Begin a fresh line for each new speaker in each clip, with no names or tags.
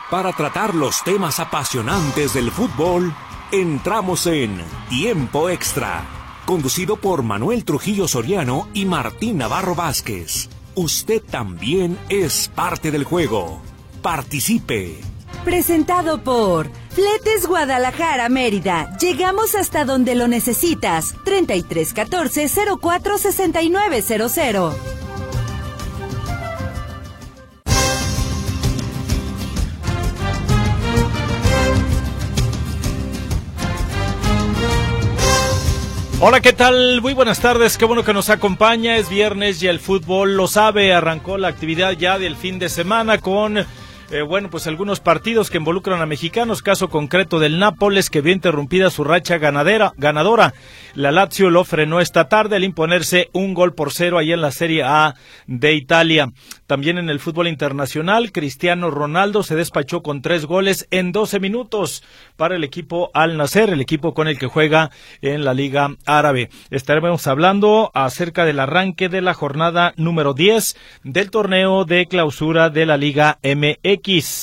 Para tratar los temas apasionantes del fútbol, entramos en Tiempo Extra, conducido por Manuel Trujillo Soriano y Martín Navarro Vázquez. Usted también es parte del juego. Participe.
Presentado por Fletes Guadalajara Mérida. Llegamos hasta donde lo necesitas. 3314-046900.
Hola, ¿qué tal? Muy buenas tardes, qué bueno que nos acompaña. Es viernes y el fútbol lo sabe. Arrancó la actividad ya del fin de semana con pues algunos partidos que involucran a mexicanos, caso concreto del Nápoles, que vio interrumpida su racha ganadora. La Lazio lo frenó esta tarde al imponerse 1-0 ahí en la Serie A de Italia. También en el fútbol internacional, Cristiano Ronaldo se despachó con 3 goles en 12 minutos para el equipo Al Nassr, el equipo con el que juega en la Liga Árabe. Estaremos hablando acerca del arranque de la jornada número 10 del torneo de clausura de la Liga MX.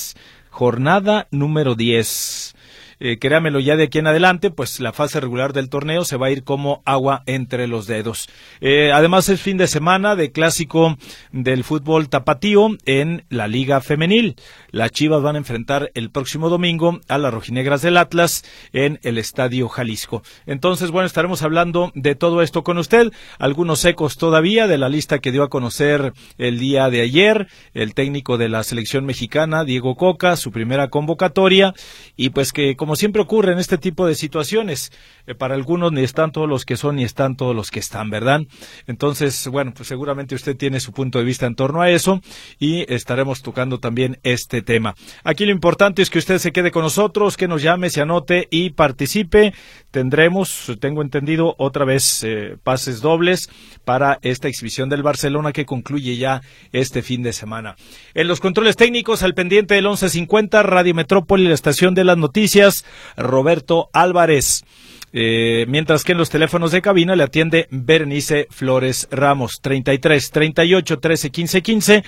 Jornada número 10. Créamelo, ya de aquí en adelante, pues la fase regular del torneo se va a ir como agua entre los dedos. Además es fin de semana de clásico del fútbol tapatío en la Liga Femenil. Las Chivas van a enfrentar el próximo domingo a las rojinegras del Atlas en el Estadio Jalisco. Entonces, bueno, estaremos hablando de todo esto con usted. Algunos ecos todavía de la lista que dio a conocer el día de ayer el técnico de la selección mexicana, Diego Coca, su primera convocatoria, y pues que como siempre ocurre en este tipo de situaciones, para algunos ni están todos los que son ni están todos los que están, ¿verdad? Entonces, bueno, pues seguramente usted tiene su punto de vista en torno a eso y estaremos tocando también este tema. Aquí lo importante es que usted se quede con nosotros, que nos llame, se anote y participe. Tendremos, tengo entendido, otra vez pases dobles para esta exhibición del Barcelona que concluye ya este fin de semana. En los controles técnicos, al pendiente del 1150, Radio Metrópoli, la estación de las noticias, Roberto Álvarez. Mientras que en los teléfonos de cabina le atiende Berenice Flores Ramos, 33 38 13 15 15,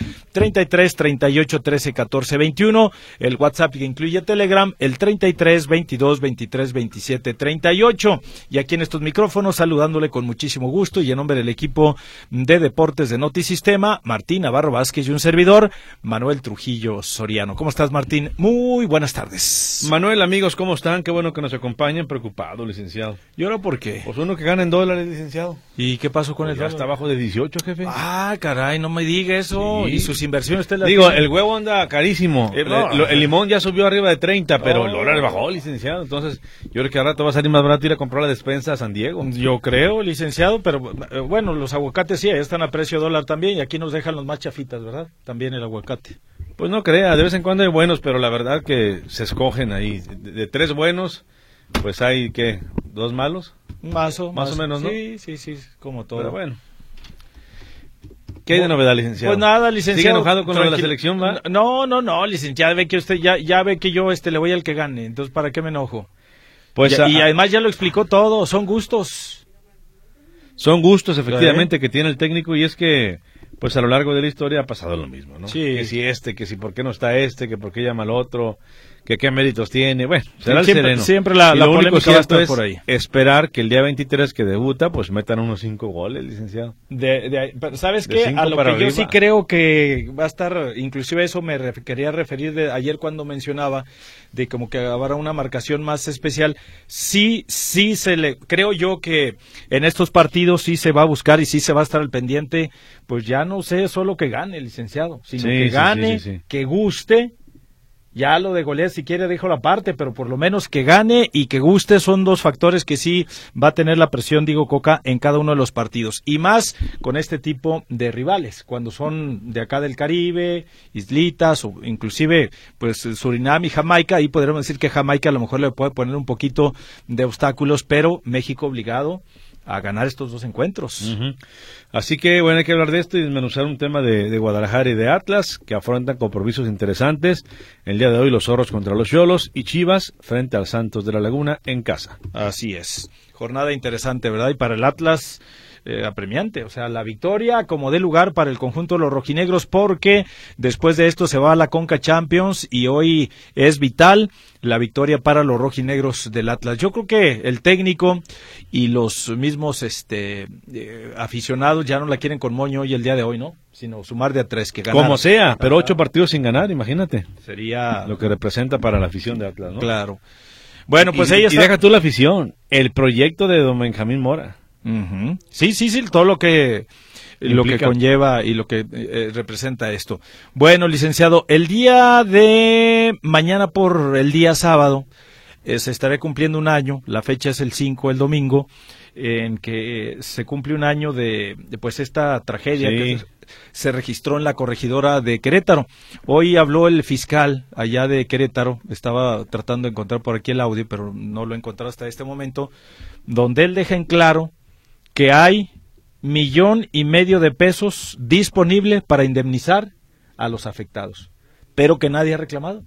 33 38 13 14 21, el WhatsApp que incluye Telegram, el 33 22 23 27 38, y aquí en estos micrófonos saludándole con muchísimo gusto y en nombre del equipo de deportes de Notisistema, Martín Navarro Vázquez y un servidor, Manuel Trujillo Soriano. ¿Cómo estás, Martín? Muy buenas tardes.
Manuel, amigos, ¿cómo están? Qué bueno que nos acompañen. Preocupado, licenciado.
¿Y ahora por qué?
Pues uno que gana en dólares, licenciado.
¿Y qué pasó con el dólar?
Está abajo de 18, jefe.
Ah, caray, no me diga eso. Sí. ¿Y sus inversiones?
Digo, el huevo anda carísimo. El limón ya subió arriba de 30, pero el dólar bajó, licenciado. Entonces, yo creo que al rato va a salir más barato ir a comprar la despensa a San Diego.
Yo creo, licenciado, pero bueno, los aguacates sí, están a precio dólar también, y aquí nos dejan los más chafitas, ¿verdad? También el aguacate.
Pues no crea, de vez en cuando hay buenos, pero la verdad que se escogen ahí. De 3 buenos, pues hay, ¿qué? 2 malos.
Más o menos, ¿no? Sí, como todo.
Pero bueno. ¿Qué hay de novedad, licenciado?
Pues nada, licenciado.
¿Sigue enojado con lo de la selección, va?
No, licenciado, ve que usted ya ve que yo le voy al que gane, entonces ¿para qué me enojo? Pues y además ya lo explicó todo, son gustos.
Son gustos, efectivamente, que tiene el técnico, y es que pues a lo largo de la historia ha pasado lo mismo, ¿no?
Sí.
Que si por qué no está que por qué llama al otro, que qué méritos tiene. Bueno, será el sereno.
Siempre la
único que
va a estar por ahí.
Esperar que el día 23 que debuta, pues metan unos 5 goles, licenciado.
¿Sabes qué? A lo que arriba. Yo sí creo que va a estar, inclusive eso me quería referir de ayer cuando mencionaba de como que habrá una marcación más especial. Sí creo yo que en estos partidos sí se va a buscar y sí se va a estar al pendiente, pues ya no sé solo que gane, licenciado, sino que gane, que guste. Ya lo de golear, si quiere, dejo la parte, pero por lo menos que gane y que guste son 2 factores que sí va a tener la presión, Diego Coca, en cada uno de los partidos. Y más con este tipo de rivales, cuando son de acá del Caribe, islitas, o inclusive pues Surinam y Jamaica. Ahí podríamos decir que Jamaica a lo mejor le puede poner un poquito de obstáculos, pero México obligado a ganar estos 2 encuentros.
Uh-huh. Así que, bueno, hay que hablar de esto y desmenuzar un tema de Guadalajara y de Atlas, que afrontan compromisos interesantes. El día de hoy los Zorros contra los Xolos y Chivas frente al Santos de la Laguna en casa.
Así es. Jornada interesante, ¿verdad? Y para el Atlas, apremiante. O sea, la victoria como dé lugar para el conjunto de los rojinegros, porque después de esto se va a la Conca Champions y hoy es vital la victoria para los rojinegros del Atlas. Yo creo que el técnico y los mismos aficionados ya no la quieren con moño hoy el día de hoy, ¿no? Sino sumar de a 3 que ganar.
Como sea, pero 8 partidos sin ganar, imagínate.
Sería
lo que representa para la afición de Atlas, ¿no?
Claro. Bueno, pues ahí está.
Y deja tú la afición, el proyecto de don Benjamín Mora.
Uh-huh. Sí, todo lo que conlleva y lo que representa esto. Bueno, licenciado, el día de mañana por el día sábado se estará cumpliendo un año, la fecha es el 5, el domingo, en que se cumple un año de pues esta tragedia que se registró en la corregidora de Querétaro. Hoy habló el fiscal allá de Querétaro, estaba tratando de encontrar por aquí el audio, pero no lo he encontrado hasta este momento, donde él deja en claro que hay 1,5 millones de pesos disponible para indemnizar a los afectados, pero que nadie ha reclamado.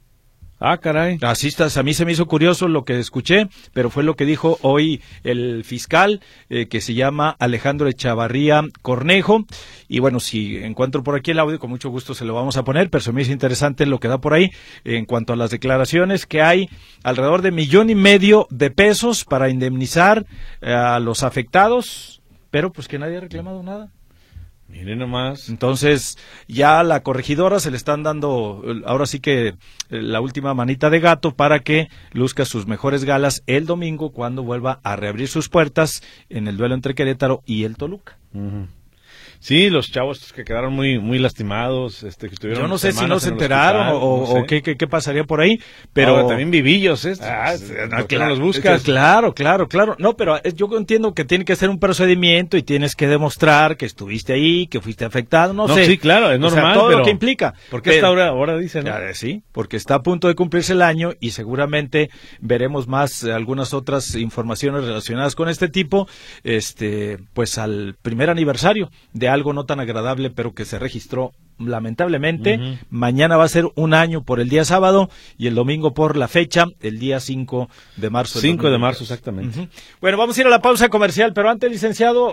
Ah, caray.
Así está, a mí se me hizo curioso lo que escuché, pero fue lo que dijo hoy el fiscal, que se llama Alejandro Echavarría Cornejo, y bueno, si encuentro por aquí el audio, con mucho gusto se lo vamos a poner, pero se me hizo interesante lo que da por ahí, en cuanto a las declaraciones, que hay alrededor de 1,5 millones de pesos para indemnizar a los afectados, pero pues que nadie ha reclamado nada.
Miren nomás.
Entonces, ya a la corregidora se le están dando, ahora sí que la última manita de gato para que luzca sus mejores galas el domingo cuando vuelva a reabrir sus puertas en el duelo entre Querétaro y el Toluca.
Uh-huh. Sí, los chavos que quedaron muy lastimados, que estuvieron.
Yo no sé si no se enteraron o qué pasaría por ahí, pero
ahora, también vivillos
claro,
no los buscas.
Claro. No, pero yo entiendo que tiene que ser un procedimiento y tienes que demostrar que estuviste ahí, que fuiste afectado, no sé.
Sí, claro, es normal,
todo
pero
lo que implica.
Porque esta hora dicen, ¿no?
Sí, porque está a punto de cumplirse el año y seguramente veremos más algunas otras informaciones relacionadas con este tipo, pues al primer aniversario de algo no tan agradable, pero que se registró lamentablemente. Uh-huh. Mañana va a ser un año por el día sábado y el domingo por la fecha, el día 5 de marzo.
5 de marzo, exactamente.
Uh-huh. Bueno, vamos a ir a la pausa comercial, pero antes, licenciado,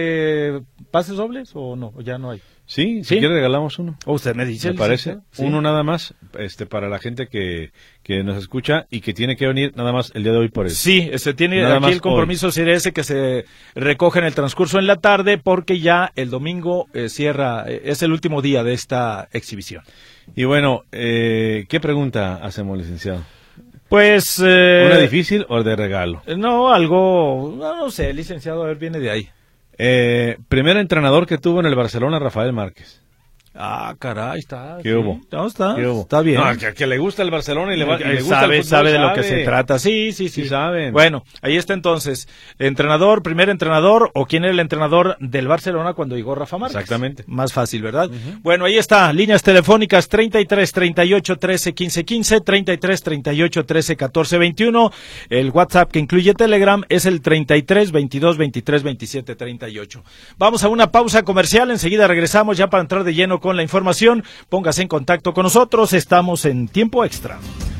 ¿pases dobles o no? ¿O ya no hay?
Sí, si quiere regalamos uno.
Usted me dice.
Me parece. Sí. Uno nada más, para la gente que nos escucha y que tiene que venir nada más el día de hoy por eso.
Sí, tiene nada aquí el compromiso sería ese, que se recoge en el transcurso en la tarde, porque ya el domingo cierra, es el último día de esta exhibición.
Y bueno, ¿qué pregunta hacemos, licenciado?
Pues...
¿Una difícil o de regalo?
No, algo, no sé, licenciado, a ver, viene de ahí.
Primer entrenador que tuvo en el Barcelona, Rafael Márquez.
Ah, caray, está.
¿Qué hubo?
No, está.
¿Qué hubo?
Está bien.
No, que le gusta el Barcelona y le gusta el fútbol,
sabe de lo que se trata. Sí.
Saben.
Bueno, ahí está entonces. Primer entrenador, o quién era el entrenador del Barcelona cuando llegó Rafa Márquez.
Exactamente.
Más fácil, ¿verdad? Uh-huh. Bueno, ahí está. Líneas telefónicas 33 38 13 15 15, 33 38 13 14 21. El WhatsApp, que incluye Telegram, es el 33 22 23 27 38. Vamos a una pausa comercial. Enseguida regresamos ya para entrar de lleno con la información. Póngase en contacto con nosotros, estamos en Tiempo Extra.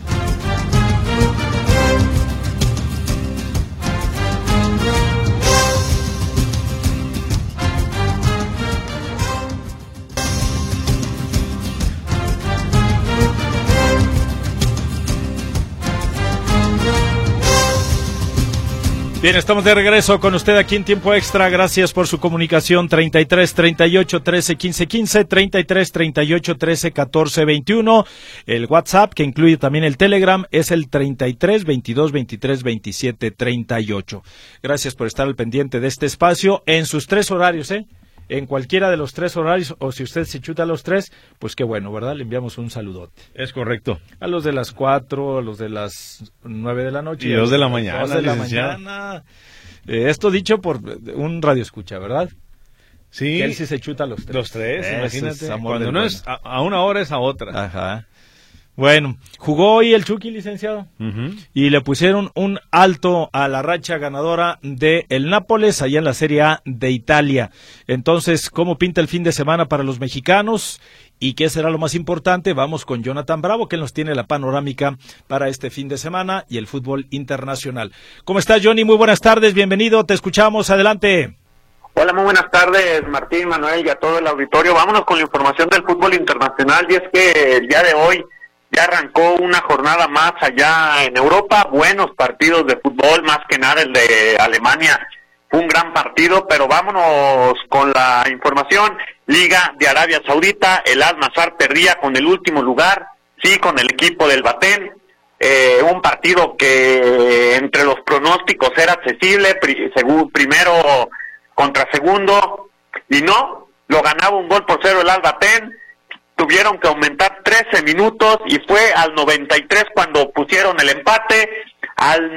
Bien, estamos de regreso con usted aquí en Tiempo Extra. Gracias por su comunicación. 33 38 13 15 15, 33 38 13 14 21. El WhatsApp, que incluye también el Telegram, es el 33 22 23 27 38. Gracias por estar al pendiente de este espacio en sus 3 horarios, en cualquiera de los 3 horarios, o si usted se chuta los 3, pues qué bueno, ¿verdad? Le enviamos un saludote.
Es correcto.
A los de las 4, a los de las 9 de la noche.
Y 2 de la mañana.
2 de la mañana. Esto dicho por un radio escucha, ¿verdad?
Sí.
Que él sí se chuta los 3.
Los 3, imagínate.
Cuando
no es a una hora es a otra.
Ajá. Bueno, jugó hoy el Chucky, licenciado, y le pusieron un alto a la racha ganadora de el Nápoles allá en la Serie A de Italia. Entonces, ¿cómo pinta el fin de semana para los mexicanos? ¿Y qué será lo más importante? Vamos con Jonathan Bravo, que nos tiene la panorámica para este fin de semana y el fútbol internacional. ¿Cómo estás, Johnny? Muy buenas tardes, bienvenido, te escuchamos, adelante.
Hola, muy buenas tardes, Martín, Manuel y a todo el auditorio. Vámonos con la información del fútbol internacional, y es que el día de hoy ya arrancó una jornada más allá en Europa. Buenos partidos de fútbol, más que nada el de Alemania. Fue un gran partido, pero vámonos con la información. Liga de Arabia Saudita, el Al-Nassr perdía con el último lugar, sí, con el equipo del Batén. Un partido que entre los pronósticos era accesible, primero contra segundo, y no, lo ganaba 1-0 el Al-Batén. Tuvieron que aumentar 13 minutos y fue al 93 cuando pusieron el empate, al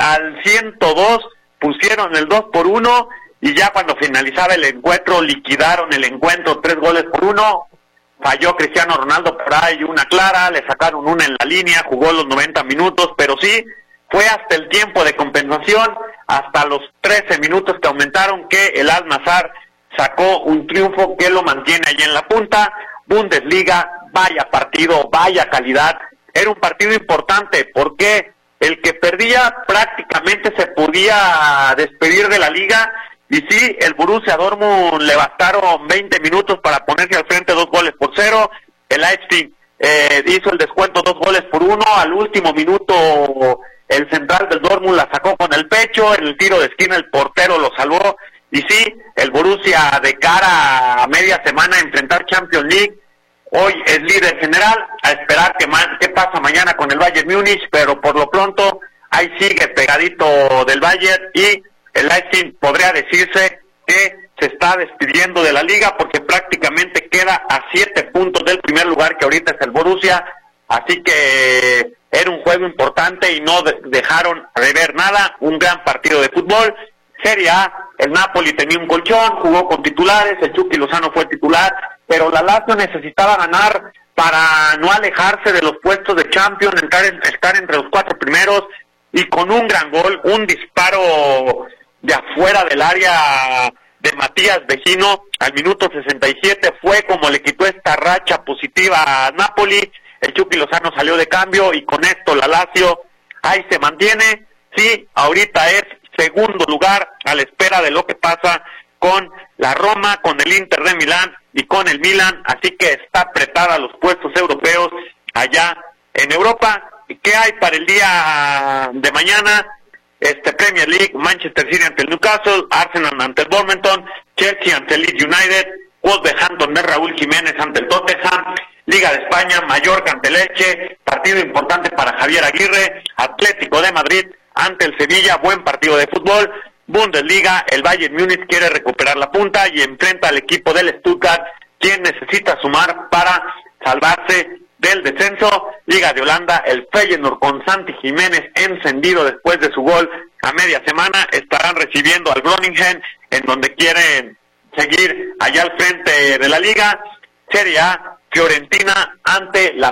102 pusieron el 2-1, y ya cuando finalizaba el encuentro liquidaron el encuentro 3-1. Falló Cristiano Ronaldo por ahí una clara, le sacaron una en la línea, jugó los 90 minutos, pero sí, fue hasta el tiempo de compensación, hasta los 13 minutos que aumentaron, que el Al-Nassr sacó un triunfo que lo mantiene ahí en la punta. Bundesliga, vaya partido, vaya calidad. Era un partido importante porque el que perdía prácticamente se podía despedir de la liga, y sí, el Borussia Dortmund le bastaron 20 minutos para ponerse al frente 2-0. El Leipzig hizo el descuento 2-1. Al último minuto el central del Dortmund la sacó con el pecho, en el tiro de esquina el portero lo salvó. Y sí, el Borussia, de cara a media semana a enfrentar Champions League, hoy es líder general, a esperar qué pasa mañana con el Bayern Múnich, pero por lo pronto ahí sigue pegadito del Bayern, y el Leipzig podría decirse que se está despidiendo de la liga porque prácticamente queda a 7 puntos del primer lugar, que ahorita es el Borussia. Así que era un juego importante y no dejaron de ver nada. Un gran partido de fútbol. Serie A, el Napoli tenía un colchón, jugó con titulares, el Chucky Lozano fue titular, pero la Lazio necesitaba ganar para no alejarse de los puestos de Champions, estar entre los 4 primeros, y con un gran gol, un disparo de afuera del área de Matías Vecino al minuto 67, fue como le quitó esta racha positiva a Napoli. El Chucky Lozano salió de cambio, y con esto la Lazio ahí se mantiene. Sí, ahorita es segundo lugar, a la espera de lo que pasa con la Roma, con el Inter de Milán y con el Milan, así que está apretada los puestos europeos allá en Europa. ¿Qué hay para el día de mañana? Premier League, Manchester City ante el Newcastle, Arsenal ante el Bournemouth, Chelsea ante el Leeds United, Wolverhampton de Raúl Jiménez ante el Tottenham, Liga de España, Mallorca ante el Elche, partido importante para Javier Aguirre, Atlético de Madrid ante el Sevilla, buen partido de fútbol. Bundesliga, el Bayern Múnich quiere recuperar la punta y enfrenta al equipo del Stuttgart, quien necesita sumar para salvarse del descenso. Liga de Holanda, el Feyenoord con Santi Jiménez encendido después de su gol a media semana, estarán recibiendo al Groningen, en donde quieren seguir allá al frente de la liga. Serie A, Fiorentina ante el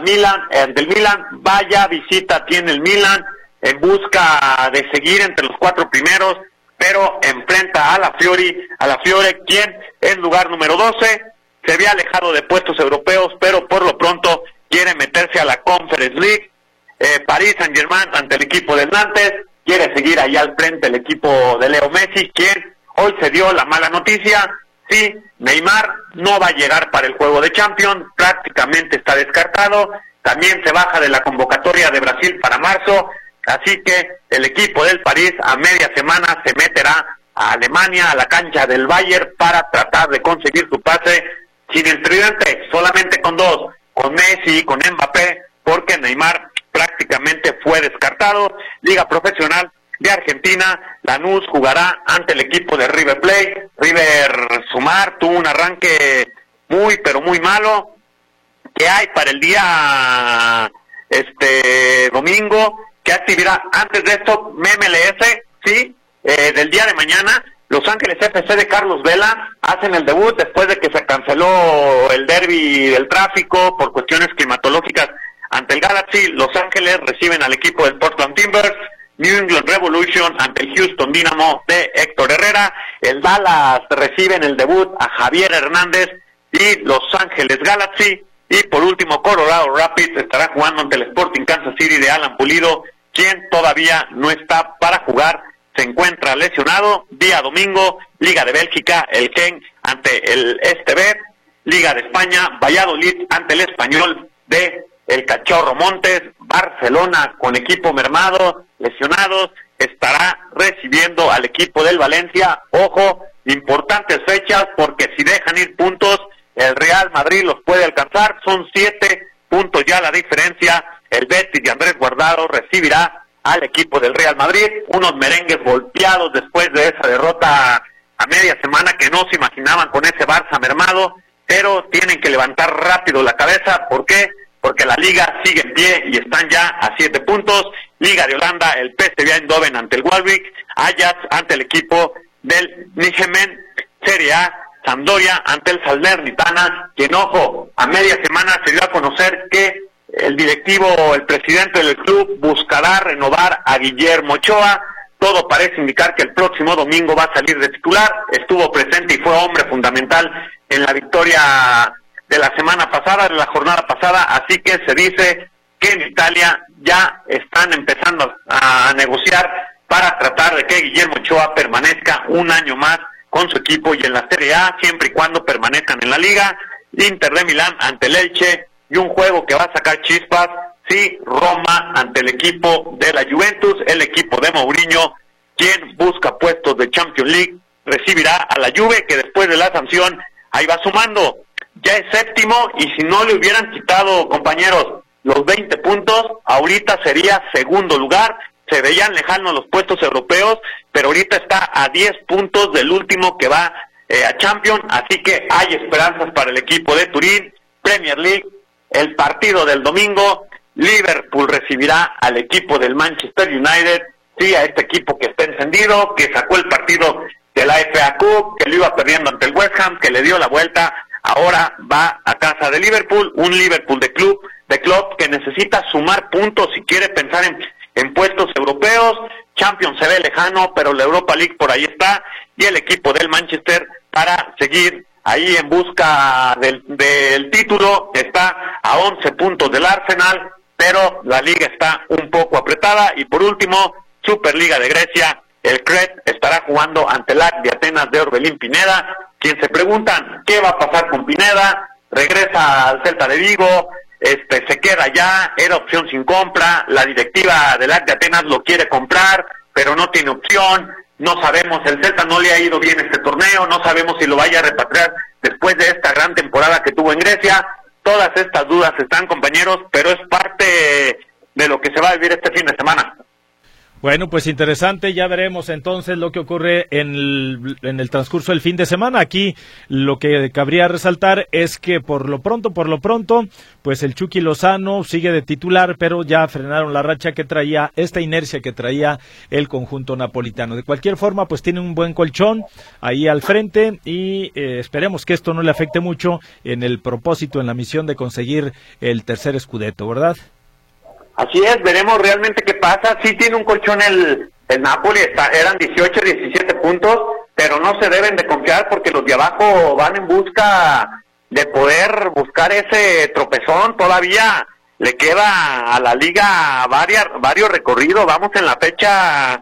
Milan, vaya visita tiene el Milan en busca de seguir entre los 4 primeros, pero enfrenta a la Fiore, quien es lugar número 12, se había alejado de puestos europeos, pero por lo pronto quiere meterse a la Conference League. Paris Saint-Germain ante el equipo del Nantes, quiere seguir allá al frente el equipo de Leo Messi, quien hoy se dio la mala noticia. Sí, Neymar no va a llegar para el juego de Champions, prácticamente está descartado, también se baja de la convocatoria de Brasil para marzo, así que el equipo del París a media semana se meterá a Alemania, a la cancha del Bayern, para tratar de conseguir su pase sin el tridente, solamente con 2, con Messi y con Mbappé, porque Neymar prácticamente fue descartado. Liga Profesional de Argentina, Lanús jugará ante el equipo de River Plate. River Sumar tuvo un arranque muy pero muy malo. ¿Qué hay para el día domingo? ¿Qué actividad? Antes de esto, MLS, sí, del día de mañana, Los Ángeles FC de Carlos Vela hacen el debut después de que se canceló el derbi del tráfico por cuestiones climatológicas ante el Galaxy. Los Ángeles reciben al equipo del Portland Timbers. New England Revolution ante el Houston Dynamo de Héctor Herrera. El Dallas recibe en el debut a Javier Hernández y Los Ángeles Galaxy. Y por último, Colorado Rapids estará jugando ante el Sporting Kansas City de Alan Pulido, quien todavía no está para jugar se encuentra lesionado. Día domingo, Liga de Bélgica, el Genk ante el Estebet. Liga de España, Valladolid ante el Español de el Cachorro Montes. Barcelona con equipo mermado, lesionados, estará recibiendo al equipo del Valencia. Ojo, importantes fechas, porque si dejan ir puntos, el Real Madrid los puede alcanzar. Son 7 puntos ya la diferencia. El Betis de Andrés Guardado recibirá al equipo del Real Madrid. Unos merengues golpeados después de esa derrota a media semana que no se imaginaban con ese Barça mermado, pero tienen que levantar rápido la cabeza. ¿Por qué? Porque la Liga sigue en pie y están ya a 7 puntos. Liga de Holanda, el PSV Eindhoven ante el Walwijk, Ajax ante el equipo del Nijmegen. Serie A, Sampdoria ante el Salernitana, quien, ojo, a media semana se dio a conocer que el directivo, el presidente del club, buscará renovar a Guillermo Ochoa. Todo parece indicar que el próximo domingo va a salir de titular. Estuvo presente y fue hombre fundamental en la victoria de la semana pasada, de la jornada pasada, así que se dice que en Italia ya están empezando a negociar para tratar de que Guillermo Ochoa permanezca un año más con su equipo y en la Serie A, siempre y cuando permanezcan en la Liga. Inter de Milán ante el Elche, y un juego que va a sacar chispas, sí, Roma ante el equipo de la Juventus. El equipo de Mourinho, quien busca puestos de Champions League, recibirá a la Juve, que después de la sanción ahí va sumando, ya es séptimo, y si no le hubieran quitado, compañeros, los 20 puntos, ahorita sería segundo lugar. Se veían lejanos los puestos europeos, pero ahorita está a 10 puntos del último que va a Champions, así que hay esperanzas para el equipo de Turín. Premier League, el partido del domingo, Liverpool recibirá al equipo del Manchester United, sí, a este equipo que está encendido, que sacó el partido de la FA Cup, que lo iba perdiendo ante el West Ham, que le dio la vuelta, ahora va a casa de Liverpool, un Liverpool de club que necesita sumar puntos si quiere pensar en puestos europeos. Champions se ve lejano, pero la Europa League por ahí está, y el equipo del Manchester, para seguir ahí en busca del título, está a 11 puntos del Arsenal, pero la liga está un poco apretada. Y por último, Superliga de Grecia, el Crete estará jugando ante el AC de Atenas de Orbelín Pineda, quien se preguntan qué va a pasar con Pineda. Regresa al Celta de Vigo, se queda ya, era opción sin compra, la directiva del AC de Atenas lo quiere comprar, pero no tiene opción. No sabemos, el Celta no le ha ido bien este torneo, no sabemos si lo vaya a repatriar después de esta gran temporada que tuvo en Grecia. Todas estas dudas están, compañeros, pero es parte de lo que se va a vivir este fin de semana.
Bueno, pues interesante, ya veremos entonces lo que ocurre en el transcurso del fin de semana. Aquí lo que cabría resaltar es que por lo pronto, pues el Chucky Lozano sigue de titular, pero ya frenaron la racha que traía, esta inercia que traía el conjunto napolitano. De cualquier forma, pues tiene un buen colchón ahí al frente y esperemos que esto no le afecte mucho en el propósito, en la misión de conseguir el tercer scudetto, ¿verdad?
Así es, veremos realmente qué pasa. Sí tiene un colchón el Napoli, eran 18, 17 puntos, pero no se deben de confiar porque los de abajo van en busca de poder buscar ese tropezón. Todavía le queda a la liga varios recorridos. Vamos en la fecha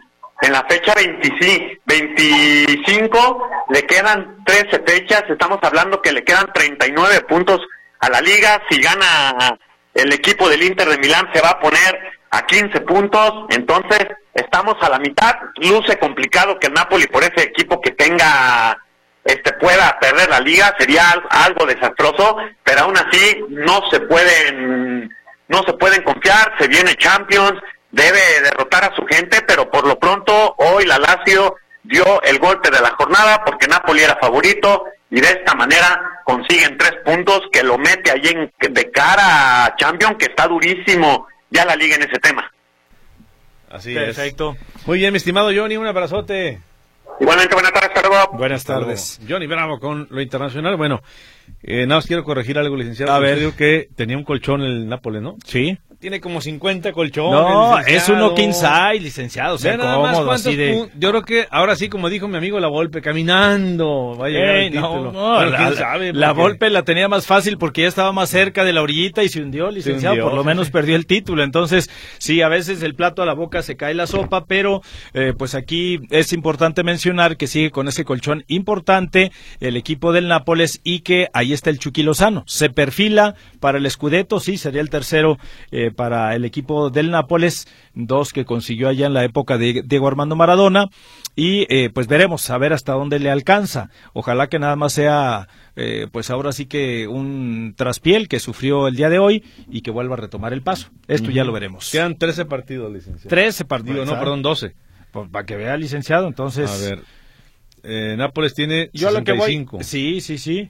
25, le quedan 13 fechas, estamos hablando que le quedan 39 puntos a la liga. Si gana el equipo del Inter de Milán, se va a poner a 15 puntos, entonces estamos a la mitad. Luce complicado que el Napoli, por ese equipo que tenga, pueda perder la liga, sería algo desastroso, pero aún así no se pueden confiar. Se viene Champions, debe derrotar a su gente, pero por lo pronto hoy la Lazio dio el golpe de la jornada porque Napoli era favorito, y de esta manera consiguen 3 puntos que lo mete allí de cara a Champions, que está durísimo ya la liga en ese tema.
Así
Perfecto.
Es. Muy bien, mi estimado Johnny, un abrazote.
Igualmente, buenas tardes, hasta luego.
Buenas tardes.
Johnny Bravo con lo internacional. Bueno, nada más quiero corregir algo, licenciado.
A ver.
Digo que tenía un colchón el Nápoles, ¿no?
Sí.
tiene como 50 colchones.
No,
licenciado.
es uno king size, licenciado, o sea, cómodo, así de...
Yo creo que ahora sí, como dijo mi amigo La Volpe, caminando va a llegar el título.
No, quién sabe, la Volpe la tenía más fácil porque ya estaba más cerca de la orillita y se hundió, licenciado, por lo menos perdió el título. Entonces, sí, a veces el plato a la boca se cae la sopa, pero pues aquí es importante mencionar que sigue con ese colchón importante el equipo del Nápoles y que ahí está el Chucky Lozano. Se perfila para el Scudetto, sí, sería el tercero para el equipo del Nápoles, 2 que consiguió allá en la época de Diego Armando Maradona, y pues veremos a ver hasta dónde le alcanza. Ojalá que nada más sea pues ahora sí que un traspié que sufrió el día de hoy y que vuelva a retomar el paso. Esto ya lo veremos.
Quedan 13 partidos, licenciado.
13 partidos.
No, perdón, 12.
Pues, para que vea, licenciado, entonces...
A ver, Nápoles tiene 65.
Sí.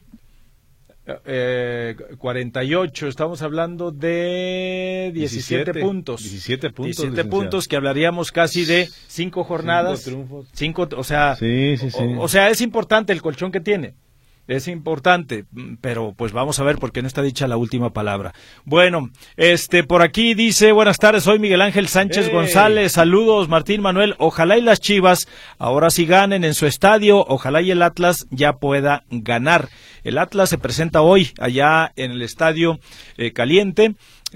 48, estamos hablando de 17 puntos.
17
puntos que hablaríamos casi de 5 jornadas. 5 triunfos. O sea,
sí.
O sea, es importante el colchón que tiene. Es importante, pero pues vamos a ver porque no está dicha la última palabra. Bueno, por aquí dice, buenas tardes, soy Miguel Ángel Sánchez González, saludos Martín Manuel, ojalá y las Chivas ahora sí ganen en su estadio, ojalá y el Atlas ya pueda ganar. El Atlas se presenta hoy allá en el Estadio Caliente,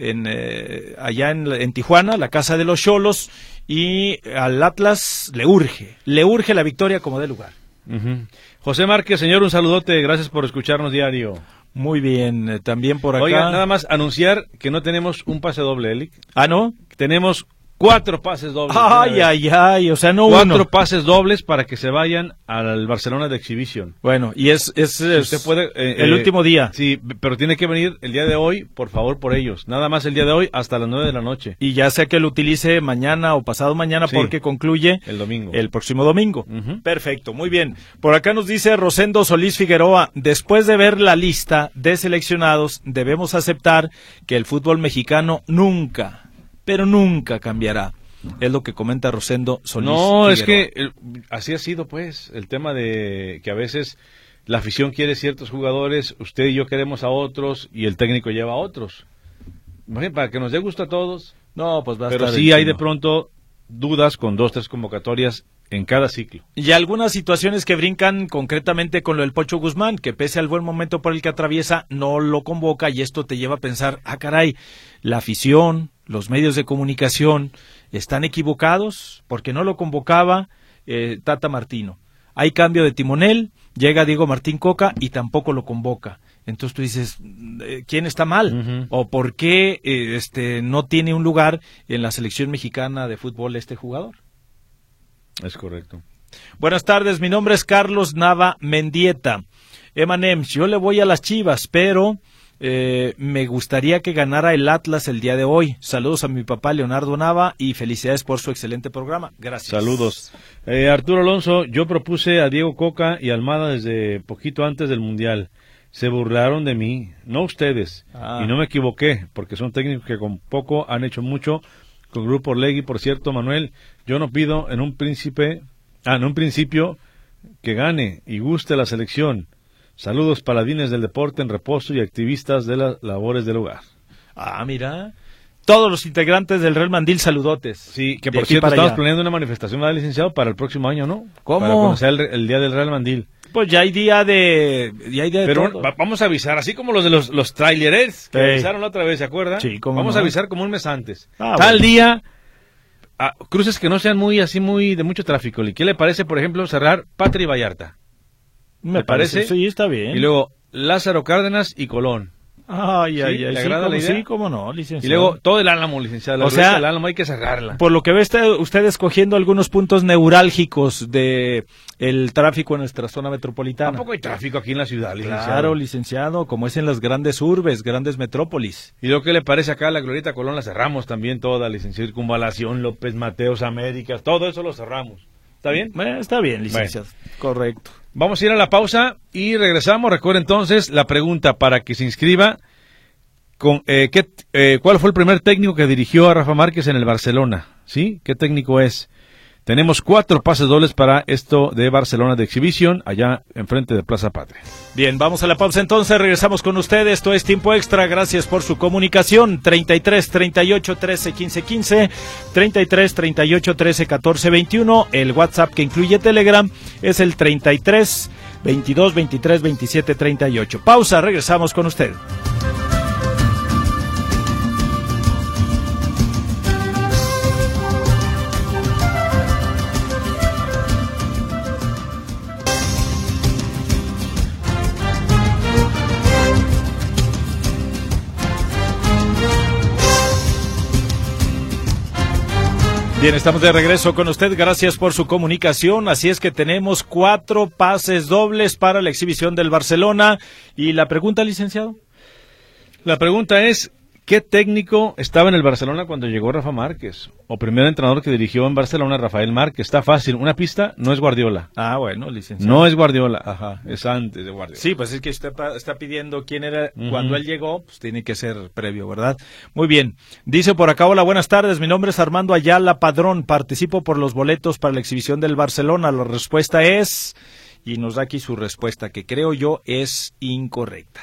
allá en Tijuana, la casa de los Xolos, y al Atlas le urge la victoria como dé lugar.
José Márquez, señor, un saludote, gracias por escucharnos diario.
Muy bien, también por acá.
Oiga, nada más anunciar que no tenemos un pase doble, Elic.
¿Ah, no?
Tenemos 4 pases dobles.
Ay, o sea, no
4 pases dobles para que se vayan al Barcelona de Exhibition.
Bueno, y es
usted puede,
el último día.
Sí, pero tiene que venir el día de hoy, por favor, por ellos. Nada más el día de hoy hasta las 9 de la noche.
Y ya sea que lo utilice mañana o pasado mañana porque concluye
el domingo.
El próximo domingo. Perfecto, muy bien. Por acá nos dice Rosendo Solís Figueroa, después de ver la lista de seleccionados, debemos aceptar que el fútbol mexicano nunca cambiará. Es lo que comenta Rosendo Solís Figueroa.
Es que así ha sido, pues, el tema de que a veces la afición quiere ciertos jugadores, usted y yo queremos a otros, y el técnico lleva a otros. Imagínate, para que nos dé gusto a todos.
No, pues va a
pero
estar
sí hay de pronto dudas con 2, 3 convocatorias en cada ciclo.
Y algunas situaciones que brincan concretamente con lo del Pocho Guzmán, que pese al buen momento por el que atraviesa, no lo convoca, y esto te lleva a pensar, caray, la afición, los medios de comunicación están equivocados porque no lo convocaba Tata Martino. Hay cambio de timonel, llega Diego Martín Coca y tampoco lo convoca. Entonces tú dices, ¿quién está mal? ¿O por qué no tiene un lugar en la selección mexicana de fútbol este jugador?
Es correcto.
Buenas tardes, mi nombre es Carlos Nava Mendieta. Emanems, yo le voy a las Chivas, pero me gustaría que ganara el Atlas el día de hoy. Saludos a mi papá Leonardo Nava y felicidades por su excelente programa. Gracias.
Saludos. Arturo Alonso, yo propuse a Diego Coca y Almada desde poquito antes del Mundial. Se burlaron de mí, no ustedes, y no me equivoqué, porque son técnicos que con poco han hecho mucho. Con Grupo Orlegui, por cierto, Manuel, yo no pido en un principio que gane y guste la selección. Saludos paladines del deporte en reposo y activistas de las labores del hogar.
Mira, todos los integrantes del Real Mandil, saludotes.
Sí, que por cierto estamos planeando una manifestación, ¿verdad, licenciado? Para el próximo año, ¿no?
¿Cómo?
Para conocer el día del Real Mandil.
Pues ya hay día de
pero
todo.
Vamos a avisar, así como los de los trailerers que avisaron la otra vez, ¿se acuerdan?
Sí,
vamos a avisar como un mes antes.
Tal
día, cruces que no sean muy de mucho tráfico. ¿Qué le parece, por ejemplo, cerrar Patria y Vallarta?
Me parece. Sí, está bien.
Y luego Lázaro Cárdenas y Colón.
¿Le
agrada la idea?
Sí, cómo no, licenciado.
Y luego todo el Álamo, licenciado.
O sea,
el Álamo hay que cerrarla.
Por lo que ve usted escogiendo algunos puntos neurálgicos de el tráfico en nuestra zona metropolitana.
Tampoco hay tráfico aquí en la ciudad, licenciado.
Claro, licenciado, como es en las grandes urbes, grandes metrópolis.
¿Y lo que le parece acá la Glorieta Colón? La cerramos también toda, licenciado. Circunvalación, López Mateos, Américas, todo eso lo cerramos. ¿Está bien?
Está bien, licenciado. Bueno. Correcto.
Vamos a ir a la pausa y regresamos. Recuerda entonces la pregunta para que se inscriba. ¿Cuál fue el primer técnico que dirigió a Rafa Márquez en el Barcelona? ¿Sí? ¿Qué técnico es? Tenemos 4 pases dobles para esto de Barcelona de exhibición, allá enfrente de Plaza Patria.
Bien, vamos a la pausa entonces, regresamos con ustedes, esto es Tiempo Extra, gracias por su comunicación, 33 38 13 15 15, 33 38 13 14 21, el WhatsApp que incluye Telegram es el 33 22 23 27 38. Pausa, regresamos con usted. Bien, estamos de regreso con usted, gracias por su comunicación, así es que tenemos 4 pases dobles para la exhibición del Barcelona, y la pregunta, licenciado.
La pregunta es, ¿qué técnico estaba en el Barcelona cuando llegó Rafa Márquez? O primer entrenador que dirigió en Barcelona, Rafael Márquez. Está fácil, una pista, no es Guardiola.
Ah, bueno, licenciado.
No es Guardiola, ajá, es antes de Guardiola.
Sí, pues es que usted está pidiendo quién era cuando él llegó, pues tiene que ser previo, ¿verdad? Muy bien, dice por acá, hola, buenas tardes, mi nombre es Armando Ayala Padrón, participo por los boletos para la exhibición del Barcelona. La respuesta es, y nos da aquí su respuesta, que creo yo es incorrecta.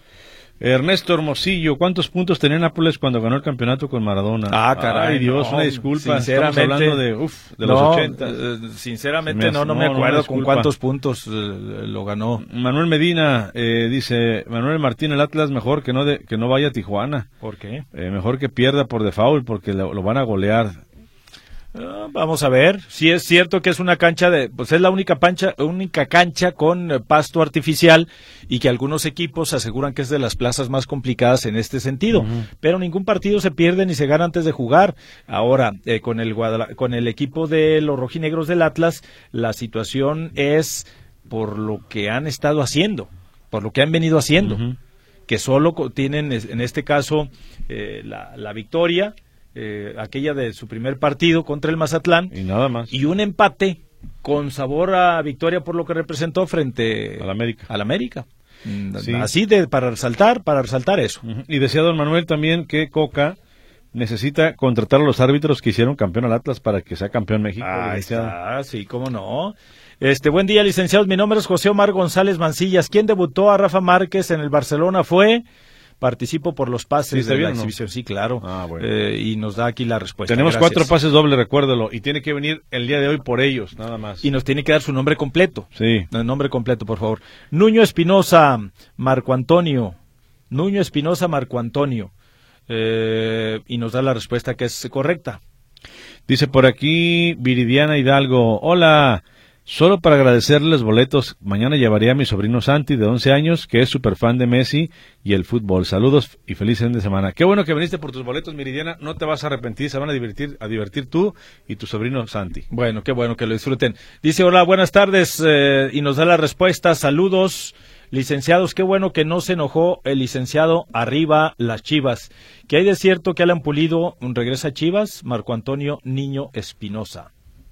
Ernesto Hermosillo, ¿cuántos puntos tenía Nápoles cuando ganó el campeonato con Maradona?
Ah, caray,
ay, Dios,
no,
una disculpa,
sinceramente,
estamos hablando de los 80.
Sinceramente no me acuerdo con cuántos puntos lo ganó.
Manuel Medina dice, Manuel Martín, el Atlas mejor que no vaya a Tijuana.
¿Por qué?
Mejor que pierda por default porque lo van a golear.
Vamos a ver, si es cierto que es una cancha pues es la única cancha con pasto artificial y que algunos equipos aseguran que es de las plazas más complicadas en este sentido, pero ningún partido se pierde ni se gana antes de jugar. Ahora, con el equipo de los rojinegros del Atlas, la situación es por lo que han estado haciendo, por lo que han venido haciendo, que solo tienen en este caso la victoria, aquella de su primer partido contra el Mazatlán
y nada más,
y un empate con sabor a victoria por lo que representó frente
al América.
Sí. Así para resaltar eso.
Y decía don Manuel también que Coca necesita contratar a los árbitros que hicieron campeón al Atlas para que sea campeón México.
Ahí está, sí, cómo no. Buen día, licenciados, mi nombre es José Omar González Mancillas. ¿Quién debutó a Rafa Márquez en el Barcelona? Participo por los pases de la exhibición, sí, claro.
Bueno.
Y nos da aquí la respuesta.
Tenemos 4 pases dobles, recuérdelo, y tiene que venir el día de hoy por ellos, nada más.
Y nos tiene que dar su nombre completo.
Sí.
El nombre completo, por favor. Nuño Espinosa Marco Antonio. Y nos da la respuesta que es correcta.
Dice por aquí Viridiana Hidalgo, hola, solo para agradecerles los boletos, mañana llevaré a mi sobrino Santi de 11 años, que es súper fan de Messi y el fútbol. Saludos y feliz fin de semana. Qué bueno que viniste por tus boletos, Viridiana, no te vas a arrepentir, se van a divertir tú y tu sobrino Santi.
Bueno, qué bueno que lo disfruten. Dice, hola, buenas tardes, y nos da la respuesta, saludos, licenciados, qué bueno que no se enojó el licenciado, arriba las Chivas. ¿Qué hay de cierto que Alan Pulido regresa a Chivas? Marco Antonio Nuño Espinosa.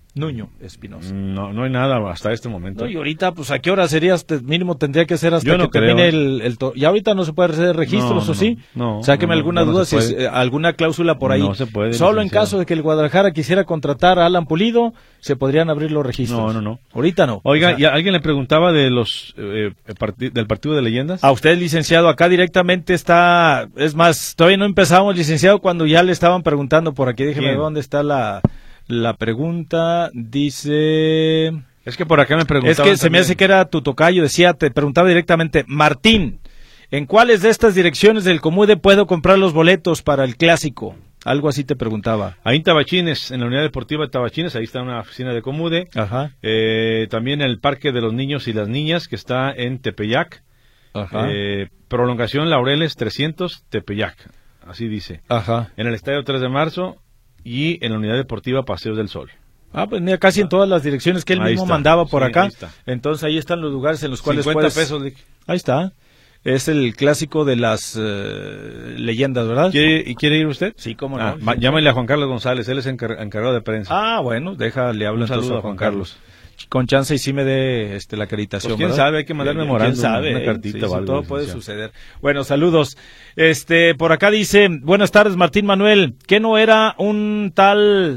No hay nada hasta este momento.
No, y ahorita, pues, ¿a qué hora sería? Mínimo tendría que ser hasta
Yo no
que termine el y ahorita no se puede hacer registros, ¿o sí?
No.
Sáqueme alguna duda, si es alguna cláusula por ahí.
No se puede.
Solo en caso de que el Guadalajara quisiera contratar a Alan Pulido, se podrían abrir los registros.
No.
Ahorita no.
Oiga, ¿y alguien le preguntaba de del partido de leyendas?
A usted, licenciado, acá directamente está, es más, todavía no empezamos, licenciado, cuando ya le estaban preguntando por aquí, déjeme ver dónde está la pregunta. Dice,
es que por acá me preguntaban.
Es que se me hace que era tu tocayo, te preguntaba directamente, Martín, ¿en cuáles de estas direcciones del Comude puedo comprar los boletos para el clásico? Algo así te preguntaba.
Ahí en Tabachines, en la Unidad Deportiva de Tabachines, ahí está una oficina de Comude.
Ajá.
También el Parque de los Niños y las Niñas, que está en Tepeyac.
Ajá.
Prolongación Laureles 300, Tepeyac, así dice.
Ajá.
En el Estadio 3 de Marzo y en la Unidad Deportiva Paseos del Sol.
Pues mira, casi en todas las direcciones que él mismo mandaba por acá.
Ahí
entonces ahí están los lugares en los cuales
50 pesos.
Ahí está. Es el clásico de las leyendas, ¿verdad?
¿Quiere ir usted?
Sí, cómo no.
Llámale a Juan Carlos González, él es encargado de prensa.
Bueno, le hablo.
Un saludo a Juan Carlos.
Con chance y sí me dé la acreditación.
Pues quién
¿verdad?
sabe, hay que mandar memorándum, una cartita o algo.
Todo puede suceder. Bueno, saludos. Por acá dice, buenas tardes, Martín Manuel, ¿qué no era un tal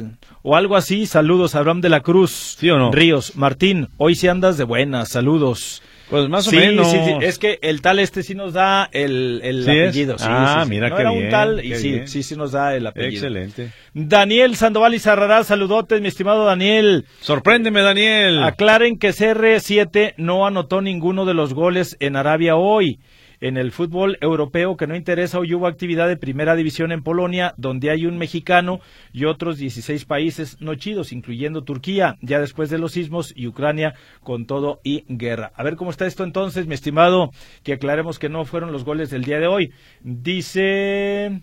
o algo así. Saludos, Abraham de la Cruz.
¿Sí o no?
Ríos, Martín, hoy sí andas de buenas, saludos.
Pues más o menos.
Sí, es que el tal sí nos da el apellido. Sí,
mira
no
qué
era
bien,
un tal y
bien.
sí nos da el apellido.
Excelente.
Daniel Sandoval y Sarrarás, saludotes, mi estimado Daniel.
Sorpréndeme, Daniel.
Aclaren que CR7 no anotó ninguno de los goles en Arabia hoy. En el fútbol europeo que no interesa, hoy hubo actividad de primera división en Polonia, donde hay un mexicano y otros 16 países no chidos, incluyendo Turquía, ya después de los sismos, y Ucrania con todo y guerra. A ver cómo está esto entonces, mi estimado, que aclaremos que no fueron los goles del día de hoy. Dice...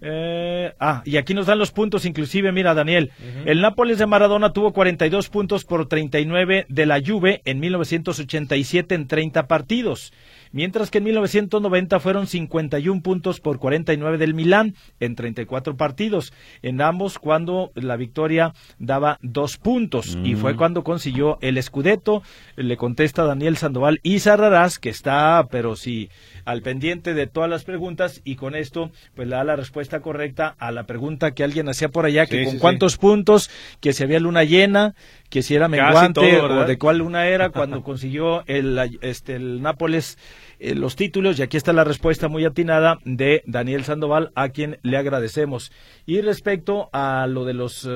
y aquí nos dan los puntos, inclusive, mira, Daniel, el Nápoles de Maradona tuvo 42 puntos por 39 de la Juve en 1987 en 30 partidos, mientras que en 1990 fueron 51 puntos por 49 del Milán en 34 partidos, en ambos cuando la victoria daba 2 puntos, y fue cuando consiguió el Scudetto. Le contesta Daniel Sandoval y Sarrarás, que está, pero sí, al pendiente de todas las preguntas, y con esto pues le da la respuesta correcta a la pregunta que alguien hacía por allá, que con cuántos puntos, que si había luna llena, que si era menguante, o de cuál luna era cuando consiguió el Nápoles los títulos, y aquí está la respuesta muy atinada de Daniel Sandoval, a quien le agradecemos. Y respecto a lo de los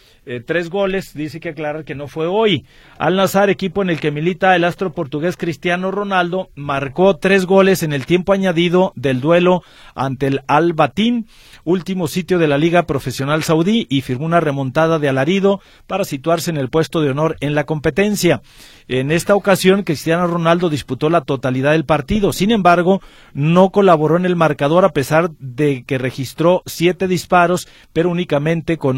3 goles, dice que aclarar que no fue hoy. Al Nassr, equipo en el que milita el astro portugués Cristiano Ronaldo, marcó 3 goles en el tiempo añadido del duelo ante el Al-Batin, último sitio de la Liga Profesional Saudí, y firmó una remontada de alarido para situarse en el puesto de honor en la competencia. En esta ocasión, Cristiano Ronaldo disputó la totalidad del partido, sin embargo, no colaboró en el marcador a pesar de que registró 7 disparos, pero únicamente con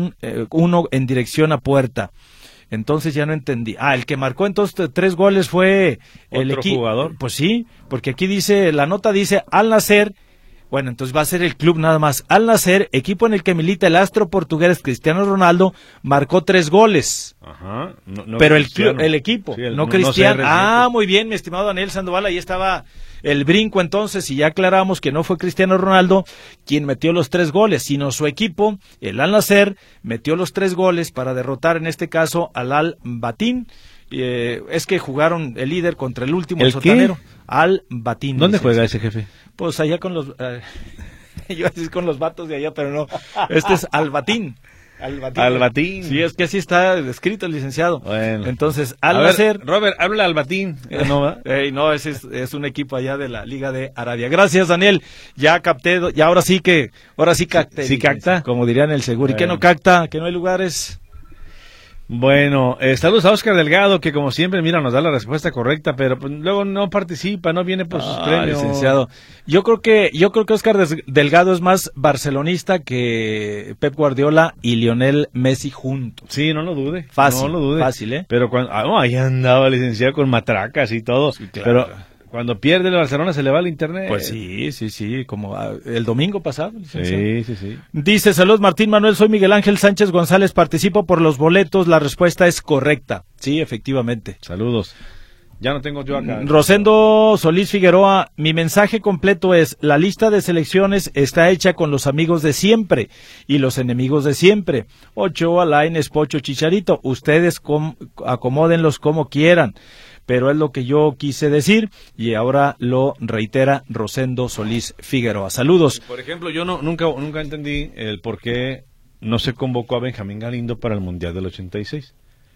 uno en dirección a puerta. Entonces ya no entendí. El que marcó entonces 3 goles fue el
equipo. ¿Jugador?
Pues sí, porque aquí dice, la nota dice Al Nassr. Bueno, entonces va a ser el club nada más. Al Nassr, equipo en el que milita el astro portugués Cristiano Ronaldo, marcó 3 goles.
Ajá.
Pero el equipo, sí, no Cristiano. Muy bien, mi estimado Daniel Sandoval, ahí estaba el brinco entonces, y ya aclaramos que no fue Cristiano Ronaldo quien metió los 3 goles, sino su equipo, el Al Nassr, metió los 3 goles para derrotar en este caso al Al-Batin. Es que jugaron el líder contra el último, el sotanero, Al-Batin.
¿Dónde juega ese jefe?
Pues allá con los... yo iba a decir con los vatos de allá, pero no. Este es Al-Batin.
Al-Batin.
Sí, es que así está escrito el licenciado.
Bueno.
Entonces, Al Nassr...
Robert, habla Al-Batin.
No, ese es un equipo allá de la Liga de Arabia. Gracias, Daniel. Ya capté, ya ahora sí capté.
¿Sí capta?
Como dirían el seguro. ¿Y qué no capta? ¿Que no hay lugares?
Bueno, saludos a Oscar Delgado, que como siempre, mira, nos da la respuesta correcta, pero pues, luego no participa, no viene por sus premios.
Licenciado. Yo creo que Oscar Delgado es más barcelonista que Pep Guardiola y Lionel Messi juntos.
Sí, no lo dude.
Fácil,
no lo dude.
Fácil, ¿eh?
Pero cuando, ahí andaba licenciado con matracas y todo.
Sí, claro.
Pero cuando pierde el Barcelona se le va al internet.
Pues sí, como el domingo pasado.
Sí.
Dice, saludos Martín Manuel, soy Miguel Ángel Sánchez González, participo por los boletos, la respuesta es correcta. Sí, efectivamente.
Saludos. Ya no tengo yo acá.
Rosendo Solís Figueroa, mi mensaje completo es, la lista de selecciones está hecha con los amigos de siempre y los enemigos de siempre. Ochoa, Lainez, Pocho, Chicharito, ustedes acomódenlos como quieran. Pero es lo que yo quise decir y ahora lo reitera Rosendo Solís Figueroa. Saludos.
Por ejemplo, yo nunca entendí el por qué no se convocó a Benjamín Galindo para el Mundial del 86.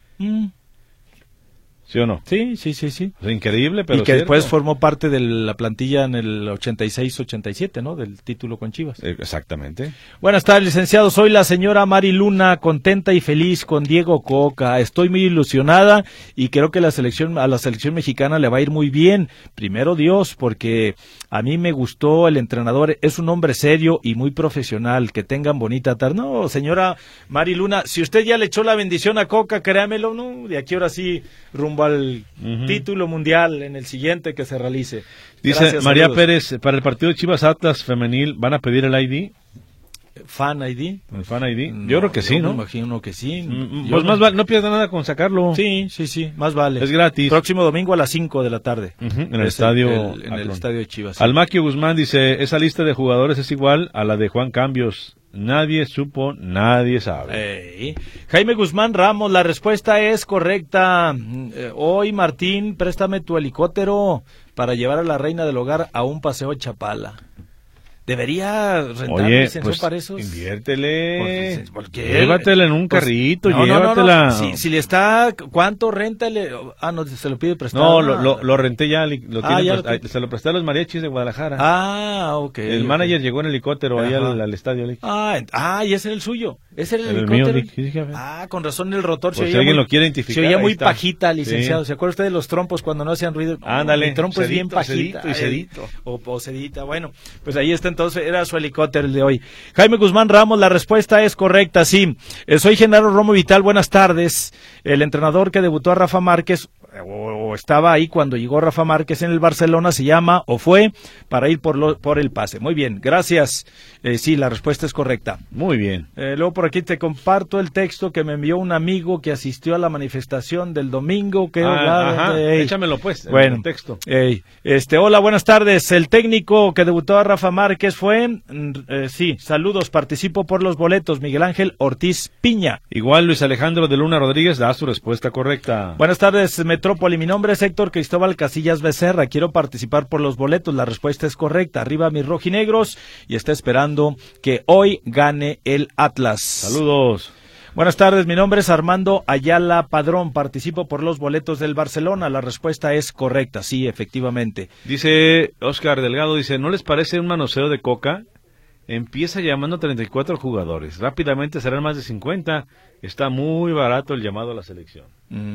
¿Sí o no?
Sí.
O sea, increíble, pero
y que después formó parte de la plantilla en el 86-87, ¿no? Del título con Chivas.
Exactamente.
Buenas tardes, licenciado. Soy la señora Mari Luna, contenta y feliz con Diego Coca. Estoy muy ilusionada y creo que a la selección mexicana le va a ir muy bien. Primero Dios, porque a mí me gustó el entrenador. Es un hombre serio y muy profesional. Que tengan bonita tarde. No, señora Mari Luna, si usted ya le echó la bendición a Coca, créamelo, no, de aquí ahora sí rumbo al título mundial en el siguiente que se realice.
Dice gracias, María saludos. Pérez, para el partido de Chivas Atlas femenil, ¿van a pedir el ID?
¿Fan ID?
¿El Fan ID? No, yo creo que sí, ¿no?
Me imagino que sí.
Pues más vale, no pierda nada con sacarlo.
Sí, más vale.
Es gratis.
Próximo domingo a las 5 de la tarde.
En el estadio.
En el estadio de Chivas.
Sí. Almaquio Guzmán dice, esa lista de jugadores es igual a la de Juan Cambios nadie supo, nadie sabe.
Jaime Guzmán Ramos, la respuesta es correcta. Hoy, Martín, préstame tu helicóptero para llevar a la reina del hogar a un paseo a Chapala. ¿Debería rentar licencia
pues,
para esos?
Inviértele.
¿Por qué?
Llévatela en un carrito,
no,
llévatela.
No. Si le está, ¿cuánto réntale? No, se lo pide prestado.
No, lo renté ya, se lo presté a los mariachis de Guadalajara.
Ok.
El manager llegó en helicóptero ahí al estadio.
Y ese era el suyo. Ese era el
helicóptero.
Mío, con razón el rotor
se oía alguien lo quiere identificar.
Se oía muy pajita, licenciado. Sí. ¿Se acuerda usted de los trompos cuando no hacían ruido?
Ándale.
El trompo es bien pajita.
Sedito.
O sedita. Bueno, pues ahí está entonces, era su helicóptero el de hoy. Jaime Guzmán Ramos, la respuesta es correcta, sí. Soy Genaro Romo Vital, buenas tardes. El entrenador que debutó a Rafa Márquez, o estaba ahí cuando llegó Rafa Márquez en el Barcelona, se llama o fue para ir por el pase. Muy bien, gracias. Sí, la respuesta es correcta.
Muy bien.
Luego por aquí te comparto el texto que me envió un amigo que asistió a la manifestación del domingo.
Échamelo pues,
bueno,
el texto.
Hola, buenas tardes. El técnico que debutó a Rafa Márquez fue, sí, saludos, participo por los boletos, Miguel Ángel Ortiz Piña.
Igual Luis Alejandro de Luna Rodríguez da su respuesta correcta.
Buenas tardes, Metrópoli, mi nombre es Héctor Cristóbal Casillas Becerra, quiero participar por los boletos, la respuesta es correcta, arriba mis rojinegros, y está esperando que hoy gane el Atlas.
Saludos.
Buenas tardes, mi nombre es Armando Ayala Padrón, participo por los boletos del Barcelona, la respuesta es correcta, sí, efectivamente.
Dice Oscar Delgado, ¿no les parece un manoseo de Coca? Empieza llamando a 34 jugadores, rápidamente serán más de 50, está muy barato el llamado a la selección.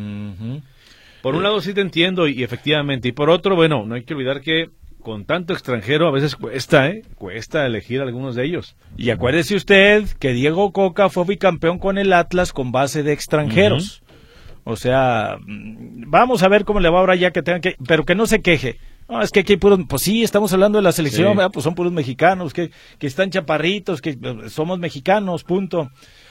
Por un lado sí te entiendo y efectivamente, y por otro, bueno, no hay que olvidar que con tanto extranjero a veces cuesta elegir algunos de ellos.
Y acuérdese usted que Diego Coca fue bicampeón con el Atlas con base de extranjeros. O sea, vamos a ver cómo le va ahora ya que tengan que, pero que no se queje. No, es que aquí hay puros, pues sí, estamos hablando de la selección, sí. Pues son puros mexicanos, que están chaparritos, que somos mexicanos, punto.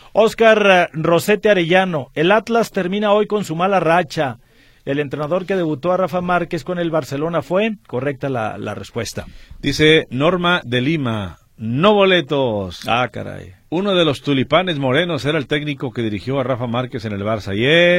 Oscar Rosete Arellano, el Atlas termina hoy con su mala racha. El entrenador que debutó a Rafa Márquez con el Barcelona fue correcta la respuesta.
Dice Norma de Lima, no boletos.
Caray.
Uno de los tulipanes morenos era el técnico que dirigió a Rafa Márquez en el Barça.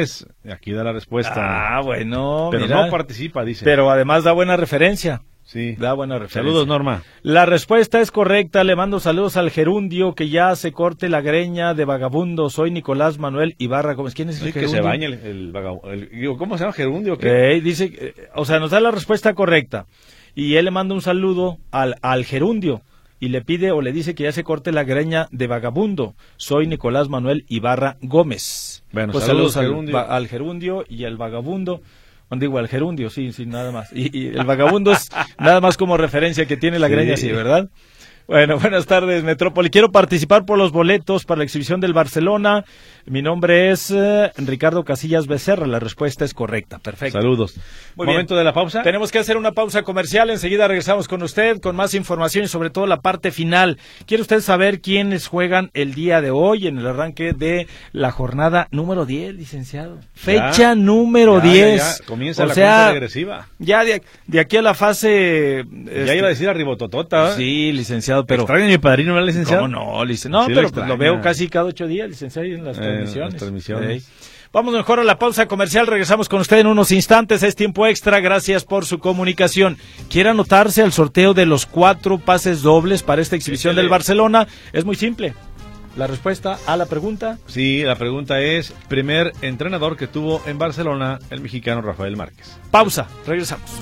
Y aquí da la respuesta.
Bueno.
Pero mira, no participa, dice.
Pero además da buena referencia.
Sí.
Da buena referencia.
Saludos, Norma.
La respuesta es correcta. Le mando saludos al gerundio, que ya se corte la greña de vagabundo. Soy Nicolás Manuel Ibarra Gómez. ¿Quién es el gerundio?
Que se bañe el vagabundo. ¿Cómo se llama, gerundio?
Dice, nos da la respuesta correcta. Y él le manda un saludo al gerundio. Y le pide o le dice que ya se corte la greña de vagabundo. Soy Nicolás Manuel Ibarra Gómez.
Bueno,
pues saludos al gerundio y al vagabundo. Digo, al gerundio, sí, nada más. Y el vagabundo es nada más como referencia que tiene la greña así, ¿verdad? Bueno, buenas tardes, Metrópoli. Quiero participar por los boletos para la exhibición del Barcelona. Mi nombre es Ricardo Casillas Becerra. La respuesta es correcta. Perfecto.
Saludos. Momento de la pausa.
Tenemos que hacer una pausa comercial. Enseguida regresamos con usted con más información y sobre todo la parte final. ¿Quiere usted saber quiénes juegan el día de hoy en el arranque de la jornada número 10, licenciado? Fecha número 10.
Ya. Comienza la cuenta regresiva.
Ya de aquí a la fase...
Ya iba a decir arribototota.
Sí, licenciado. Pero
¿extraña a mi padrino, ¿verdad, licenciado?
No, licenciado. No, sí, pero lo veo casi cada 8 días, licenciado, en las transmisiones. Vamos mejor a la pausa comercial. Regresamos con usted en unos instantes. Es tiempo extra. Gracias por su comunicación. ¿Quiere anotarse al sorteo de los 4 pases dobles para esta exhibición del Barcelona? Es muy simple. La respuesta a la pregunta.
Sí, la pregunta es: primer entrenador que tuvo en Barcelona el mexicano Rafael Márquez.
Pausa. Regresamos.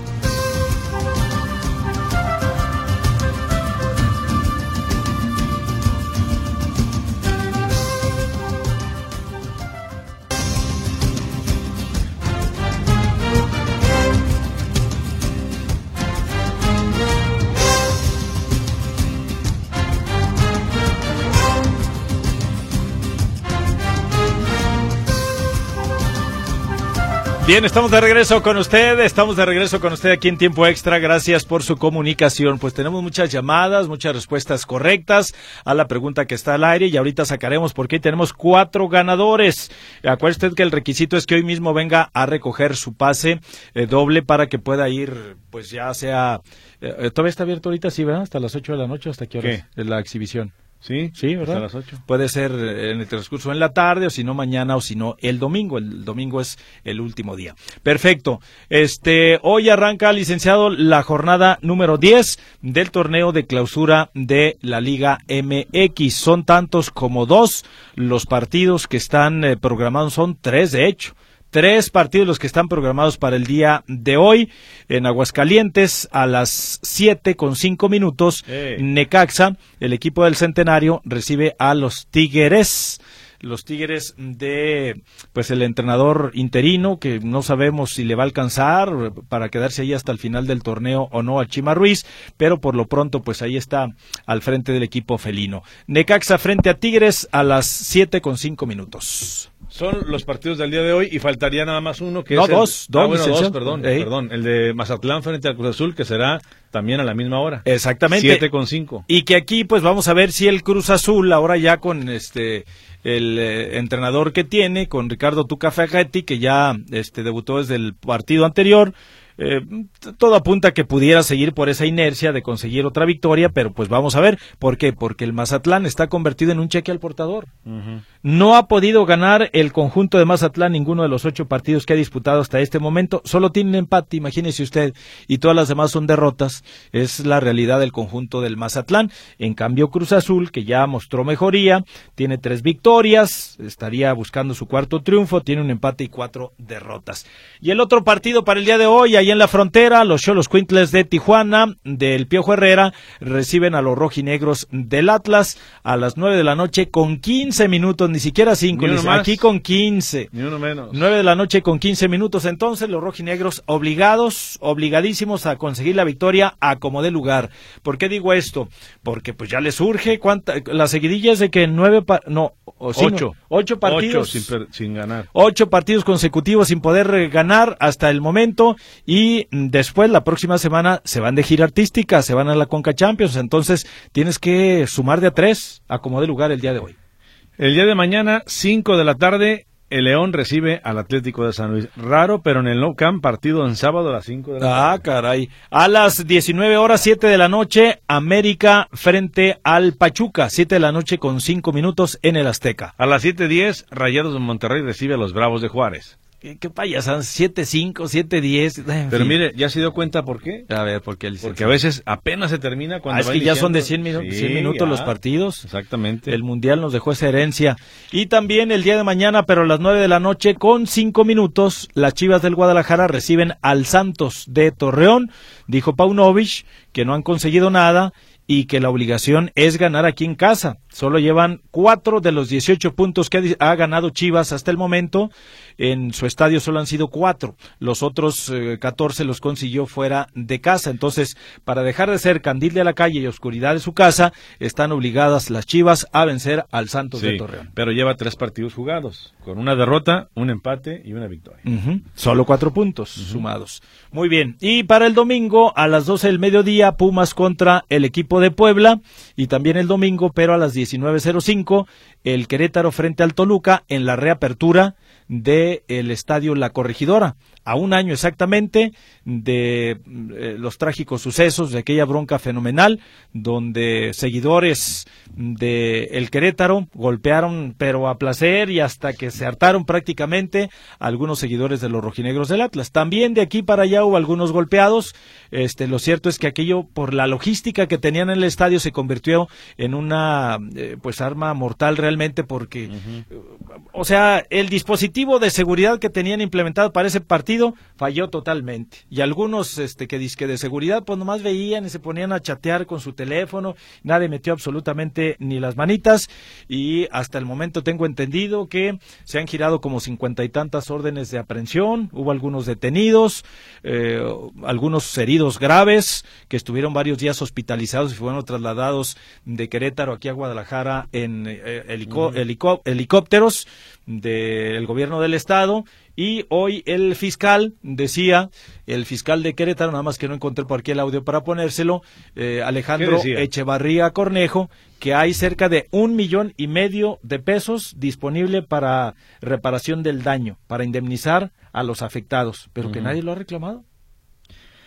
Bien, estamos de regreso con usted aquí en Tiempo Extra. Gracias por su comunicación. Pues tenemos muchas llamadas, muchas respuestas correctas a la pregunta que está al aire y ahorita sacaremos porque hoy tenemos 4 ganadores. Acuérdese usted que el requisito es que hoy mismo venga a recoger su pase doble para que pueda ir, pues ya sea... ¿Todavía está abierto ahorita? Sí, ¿verdad? Hasta las 8 de la noche, ¿hasta qué hora es la exhibición?
Sí,
¿verdad?
hasta las 8.
Puede ser en el transcurso en la tarde, o si no mañana, o si no el domingo. El domingo es el último día. Perfecto. Hoy arranca, licenciado, la jornada número 10 del torneo de clausura de la Liga MX. Son tantos como 2 los partidos que están programados, son 3 de hecho. 3 partidos los que están programados para el día de hoy. En Aguascalientes, a las 7:05, Necaxa, el equipo del Centenario, recibe a los Tigres. Los Tigres de, pues, el entrenador interino, que no sabemos si le va a alcanzar para quedarse ahí hasta el final del torneo o no a Chima Ruiz, pero por lo pronto, pues ahí está al frente del equipo felino. Necaxa frente a Tigres a las 7:05.
Son los partidos del día de hoy y faltaría nada más uno que
no,
es
dos,
perdón, el de Mazatlán frente al Cruz Azul, que será también a la misma hora.
Exactamente.
7:05.
Y que aquí pues vamos a ver si el Cruz Azul, ahora ya con el entrenador que tiene, con Ricardo Tuca Ferretti, que ya debutó desde el partido anterior, todo apunta a que pudiera seguir por esa inercia de conseguir otra victoria, pero pues vamos a ver. ¿Por qué? Porque el Mazatlán está convertido en un cheque al portador. Uh-huh. No ha podido ganar el conjunto de Mazatlán ninguno de los 8 partidos que ha disputado hasta este momento. Solo tiene un empate, imagínese usted, y todas las demás son derrotas. Es la realidad del conjunto del Mazatlán. En cambio, Cruz Azul, que ya mostró mejoría, tiene 3 victorias, estaría buscando su 4º triunfo, tiene un empate y 4 derrotas. Y el otro partido para el día de hoy, ahí en la frontera, los Xoloscuintles de Tijuana, del Piojo Herrera, reciben a los rojinegros del Atlas a las 9:00 con 15 minutos, ni siquiera 5, aquí con 15.
Ni uno menos.
9:00 con 15 minutos, entonces los rojinegros obligadísimos a conseguir la victoria a como dé lugar. ¿Por qué digo esto? Porque pues ya les surge, la seguidilla es de que 8 partidos.
8 sin ganar.
8 partidos consecutivos sin poder ganar hasta el momento. Y después, la próxima semana, se van de gira artística, se van a la Conca Champions, entonces tienes que sumar de a 3 a como dé lugar el día de hoy.
El día de mañana, 5 de la tarde, el León recibe al Atlético de San Luis. Raro, pero en el Nou Camp, partido en sábado a las 5 de la tarde.
Ah, caray. A las 19:00, 7:00, América frente al Pachuca, 7:00 con 5 minutos en el Azteca.
A las 7:10, Rayados de Monterrey recibe a los Bravos de Juárez.
¿Qué payasan? 7:05, 7:10.
Pero mire, ¿ya se dio cuenta por qué?
A ver, porque
a veces apenas se termina cuando
es que ya son de 100 minutos
ya,
los partidos.
Exactamente.
El Mundial nos dejó esa herencia. Y también el día de mañana, pero a las 9:00 con 5 minutos, las Chivas del Guadalajara reciben al Santos de Torreón. Dijo Paunovic que no han conseguido nada y que la obligación es ganar aquí en casa. Solo llevan 4 de los 18 puntos que ha ganado Chivas hasta el momento. En su estadio solo han sido 4. Los otros 14 los consiguió fuera de casa. Entonces, para dejar de ser candil de la calle y oscuridad de su casa, están obligadas las Chivas a vencer al Santos de Torreón.
Pero lleva 3 partidos jugados, con una derrota, un empate y una victoria.
Solo 4 puntos sumados. Muy bien. Y para el domingo, a las 12 del mediodía, Pumas contra el equipo de Puebla. Y también el domingo, pero a las 19:05, el Querétaro frente al Toluca en la reapertura del estadio La Corregidora, a un año exactamente de los trágicos sucesos de aquella bronca fenomenal donde seguidores de el Querétaro golpearon pero a placer y hasta que se hartaron prácticamente a algunos seguidores de los rojinegros del Atlas. También de aquí para allá hubo algunos golpeados. Lo cierto es que aquello, por la logística que tenían en el estadio, se convirtió en una pues arma mortal realmente, porque o sea, el dispositivo de seguridad que tenían implementado para ese partido falló totalmente, y algunos que dizque de seguridad pues nomás veían y se ponían a chatear con su teléfono, nadie metió absolutamente ni las manitas, y hasta el momento tengo entendido que se han girado como 50 y tantas órdenes de aprehensión, hubo algunos detenidos, algunos heridos graves que estuvieron varios días hospitalizados y fueron trasladados de Querétaro aquí a Guadalajara en helicópteros del gobierno del estado. Y hoy el fiscal de Querétaro, nada más que no encontré por aquí el audio para ponérselo, Alejandro Echevarría Cornejo, que hay cerca de 1,5 millones de pesos disponible para reparación del daño, para indemnizar a los afectados, pero que nadie lo ha reclamado.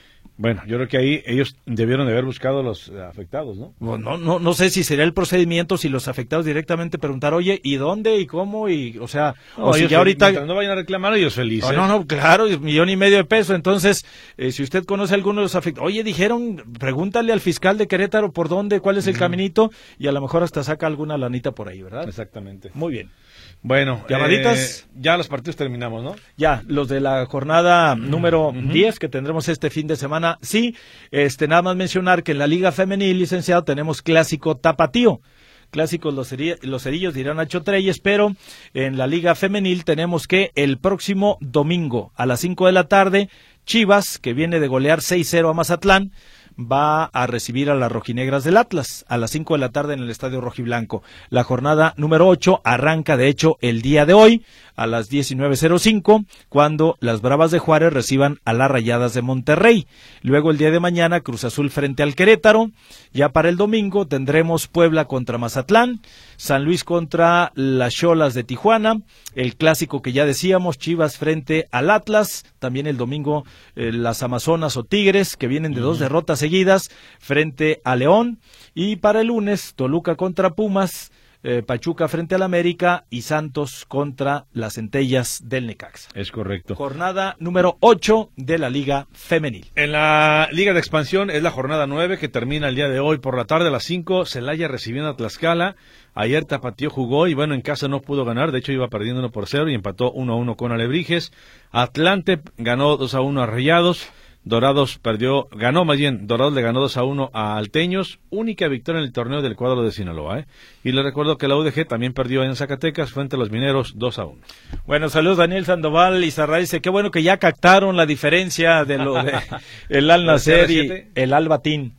Bueno, yo creo que ahí ellos debieron de haber buscado a los afectados, ¿no?
No sé si sería el procedimiento, si los afectados directamente preguntar, oye, ¿y dónde y cómo? Y, o sea, o si ya ahorita...
No vayan a reclamar, ellos felices.
No, claro, $1,500,000. Entonces, si usted conoce a alguno de los afectados, oye, dijeron, pregúntale al fiscal de Querétaro por dónde, cuál es el caminito, y a lo mejor hasta saca alguna lanita por ahí, ¿verdad?
Exactamente.
Muy bien.
Bueno,
llamaditas.
Ya los partidos terminamos, ¿no?
Ya, los de la jornada número 10 que tendremos este fin de semana. Sí, nada más mencionar que en la Liga Femenil, licenciado, tenemos clásico tapatío. Clásicos los cerillos dirán a Chotreyes, pero en la Liga Femenil tenemos que el próximo domingo a las 5 de la tarde, Chivas, que viene de golear 6-0 a Mazatlán, va a recibir a las rojinegras del Atlas a las 5 de la tarde en el Estadio Rojiblanco. La jornada número 8 arranca, de hecho, el día de hoy a las 19:05, cuando las Bravas de Juárez reciban a las Rayadas de Monterrey. Luego el día de mañana, Cruz Azul frente al Querétaro. Ya para el domingo tendremos Puebla contra Mazatlán, San Luis contra las Xolas de Tijuana, el clásico que ya decíamos, Chivas frente al Atlas. También el domingo las Amazonas o Tigres, que vienen de 2 derrotas seguidas, frente a León. Y para el lunes, Toluca contra Pumas, Pachuca frente al América y Santos contra las Centellas del Necaxa.
Es correcto.
Jornada número 8 de la Liga Femenil.
En la Liga de Expansión es la jornada 9 que termina el día de hoy por la tarde a las 5. Celaya recibiendo a Tlaxcala. Ayer Tapatío jugó y bueno, en casa no pudo ganar. De hecho iba perdiendo 1-0 y empató 1-1 con Alebrijes. Atlante ganó 2-1 a Rayados. Dorados Dorados le ganó 2-1 a Alteños, única victoria en el torneo del cuadro de Sinaloa, Y le recuerdo que la UDG también perdió en Zacatecas frente a los Mineros 2-1.
Bueno, saludos Daniel Sandoval y Sarra, dice, qué bueno que ya captaron la diferencia de lo de el Al Nacer y el Al Batín.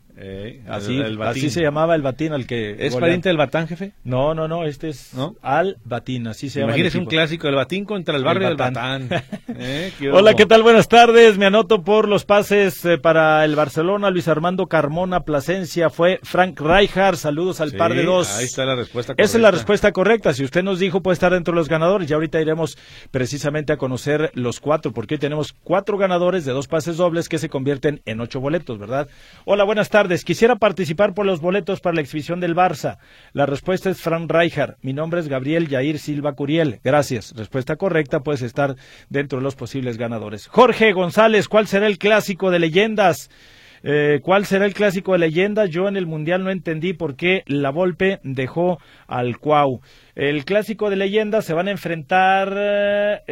Así se llamaba el Batín al que...
¿Es pariente del Batán, jefe?
No, este es Al Batín, así se llama.
Imagínese un clásico, el Batín contra el barrio del Batán.
Hola, ¿qué tal? Buenas tardes, me anoto por los pases para el Barcelona, Luis Armando Carmona, Plasencia, fue Frank Rijkaard, saludos al par de dos.
Ahí está la respuesta correcta.
Esa es la respuesta correcta, si usted nos dijo puede estar dentro de los ganadores, ya ahorita iremos precisamente a conocer los 4, porque hoy tenemos 4 ganadores de 2 pases dobles que se convierten en 8 boletos, ¿verdad? Hola, buenas tardes. Quisiera participar por los boletos para la exhibición del Barça. La respuesta es Frank Rijkaard. Mi nombre es Gabriel Yair Silva Curiel. Gracias. Respuesta correcta, puedes estar dentro de los posibles ganadores. Jorge González, ¿cuál será el clásico de leyendas? ¿Cuál será el clásico de leyendas? Yo en el Mundial no entendí por qué la Volpe dejó al Cuau. El clásico de leyendas se van a enfrentar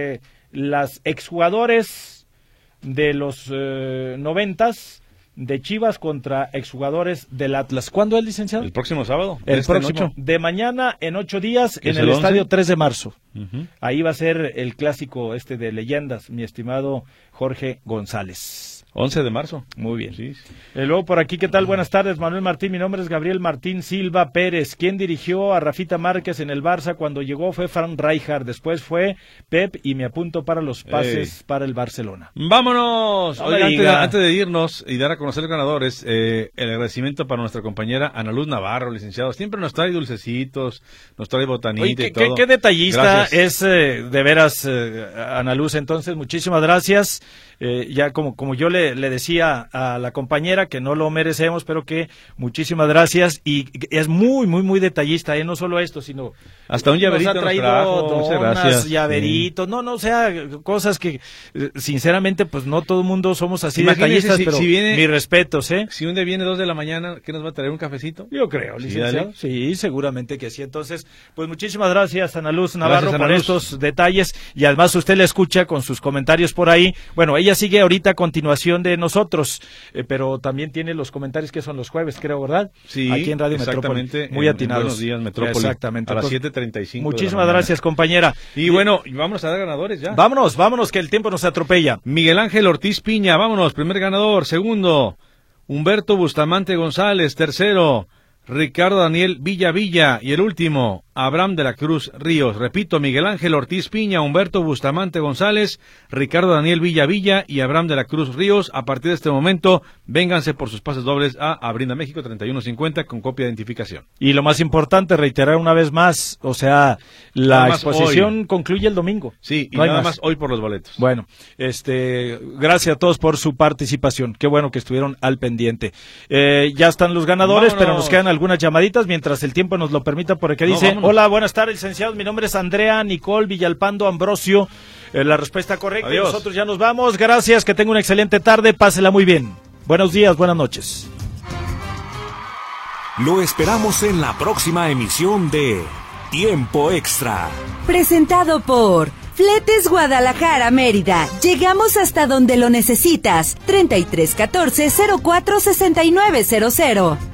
las exjugadores de los 90s de Chivas contra exjugadores del Atlas. ¿Cuándo es, licenciado?
El próximo sábado.
El próximo, de mañana en 8 días en el estadio 3 de marzo. Ahí va a ser el clásico de leyendas, mi estimado Jorge González.
11 de marzo.
Muy bien.
Sí.
Luego por aquí, ¿qué tal? Buenas tardes, Manuel Martín. Mi nombre es Gabriel Martín Silva Pérez. ¿Quién dirigió a Rafita Márquez en el Barça? Cuando llegó fue Frank Rijkaard, después fue Pep y me apunto para los pases para el Barcelona.
¡Vámonos! Oiga, antes de irnos y dar a conocer los ganadores, el agradecimiento para nuestra compañera Ana Luz Navarro, licenciado. Siempre nos trae dulcecitos, nos trae botanita y todo.
Qué detallista es de veras Ana Luz. Entonces, muchísimas gracias. Ya como yo le decía a la compañera que no lo merecemos, pero que muchísimas gracias, y es muy detallista, no solo esto, sino
hasta un llaverito
nos ha traído donas, llaveritos, o sea, cosas que sinceramente pues no todo el mundo somos así detallistas, pero mis respetos,
Si un día viene 2 de la mañana, ¿qué nos va a traer? ¿Un cafecito?
Yo creo, licenciado. Sí, seguramente que sí. Entonces, pues muchísimas gracias, Ana Luz Navarro, por estos detalles, y además usted la escucha con sus comentarios por ahí. Bueno, ella sigue ahorita a continuación de nosotros, pero también tiene los comentarios que son los jueves, creo, ¿verdad?
Sí,
aquí en Radio Metrópoli. Muy atinados.
Buenos días, Metrópoli.
Exactamente.
A las 7:35.
Muchísimas gracias, compañera.
Y bueno, vámonos a dar ganadores ya.
Vámonos, que el tiempo nos atropella.
Miguel Ángel Ortiz Piña, vámonos, primer ganador. Segundo, Humberto Bustamante González. Tercero, Ricardo Daniel Villa, y el último, Abraham de la Cruz Ríos. Repito, Miguel Ángel Ortiz Piña, Humberto Bustamante González, Ricardo Daniel Villa y Abraham de la Cruz Ríos. A partir de este momento, vénganse por sus pases dobles a Abrinda México 3150 con copia de identificación.
Y lo más importante, reiterar una vez más, o sea, la exposición hoy concluye el domingo.
Sí, y no nada más hoy por los boletos.
Bueno, gracias a todos por su participación. Qué bueno que estuvieron al pendiente. Ya están los ganadores, vámonos. Pero nos quedan algunas llamaditas mientras el tiempo nos lo permita, porque dice, hola, buenas tardes, licenciados, mi nombre es Andrea Nicole Villalpando Ambrosio, la respuesta correcta. Adiós. Y nosotros ya nos vamos, gracias, que tenga una excelente tarde, pásela muy bien. Buenos días, buenas noches.
Lo esperamos en la próxima emisión de Tiempo Extra.
Presentado por Fletes Guadalajara Mérida. Llegamos hasta donde lo necesitas. 3314-046900.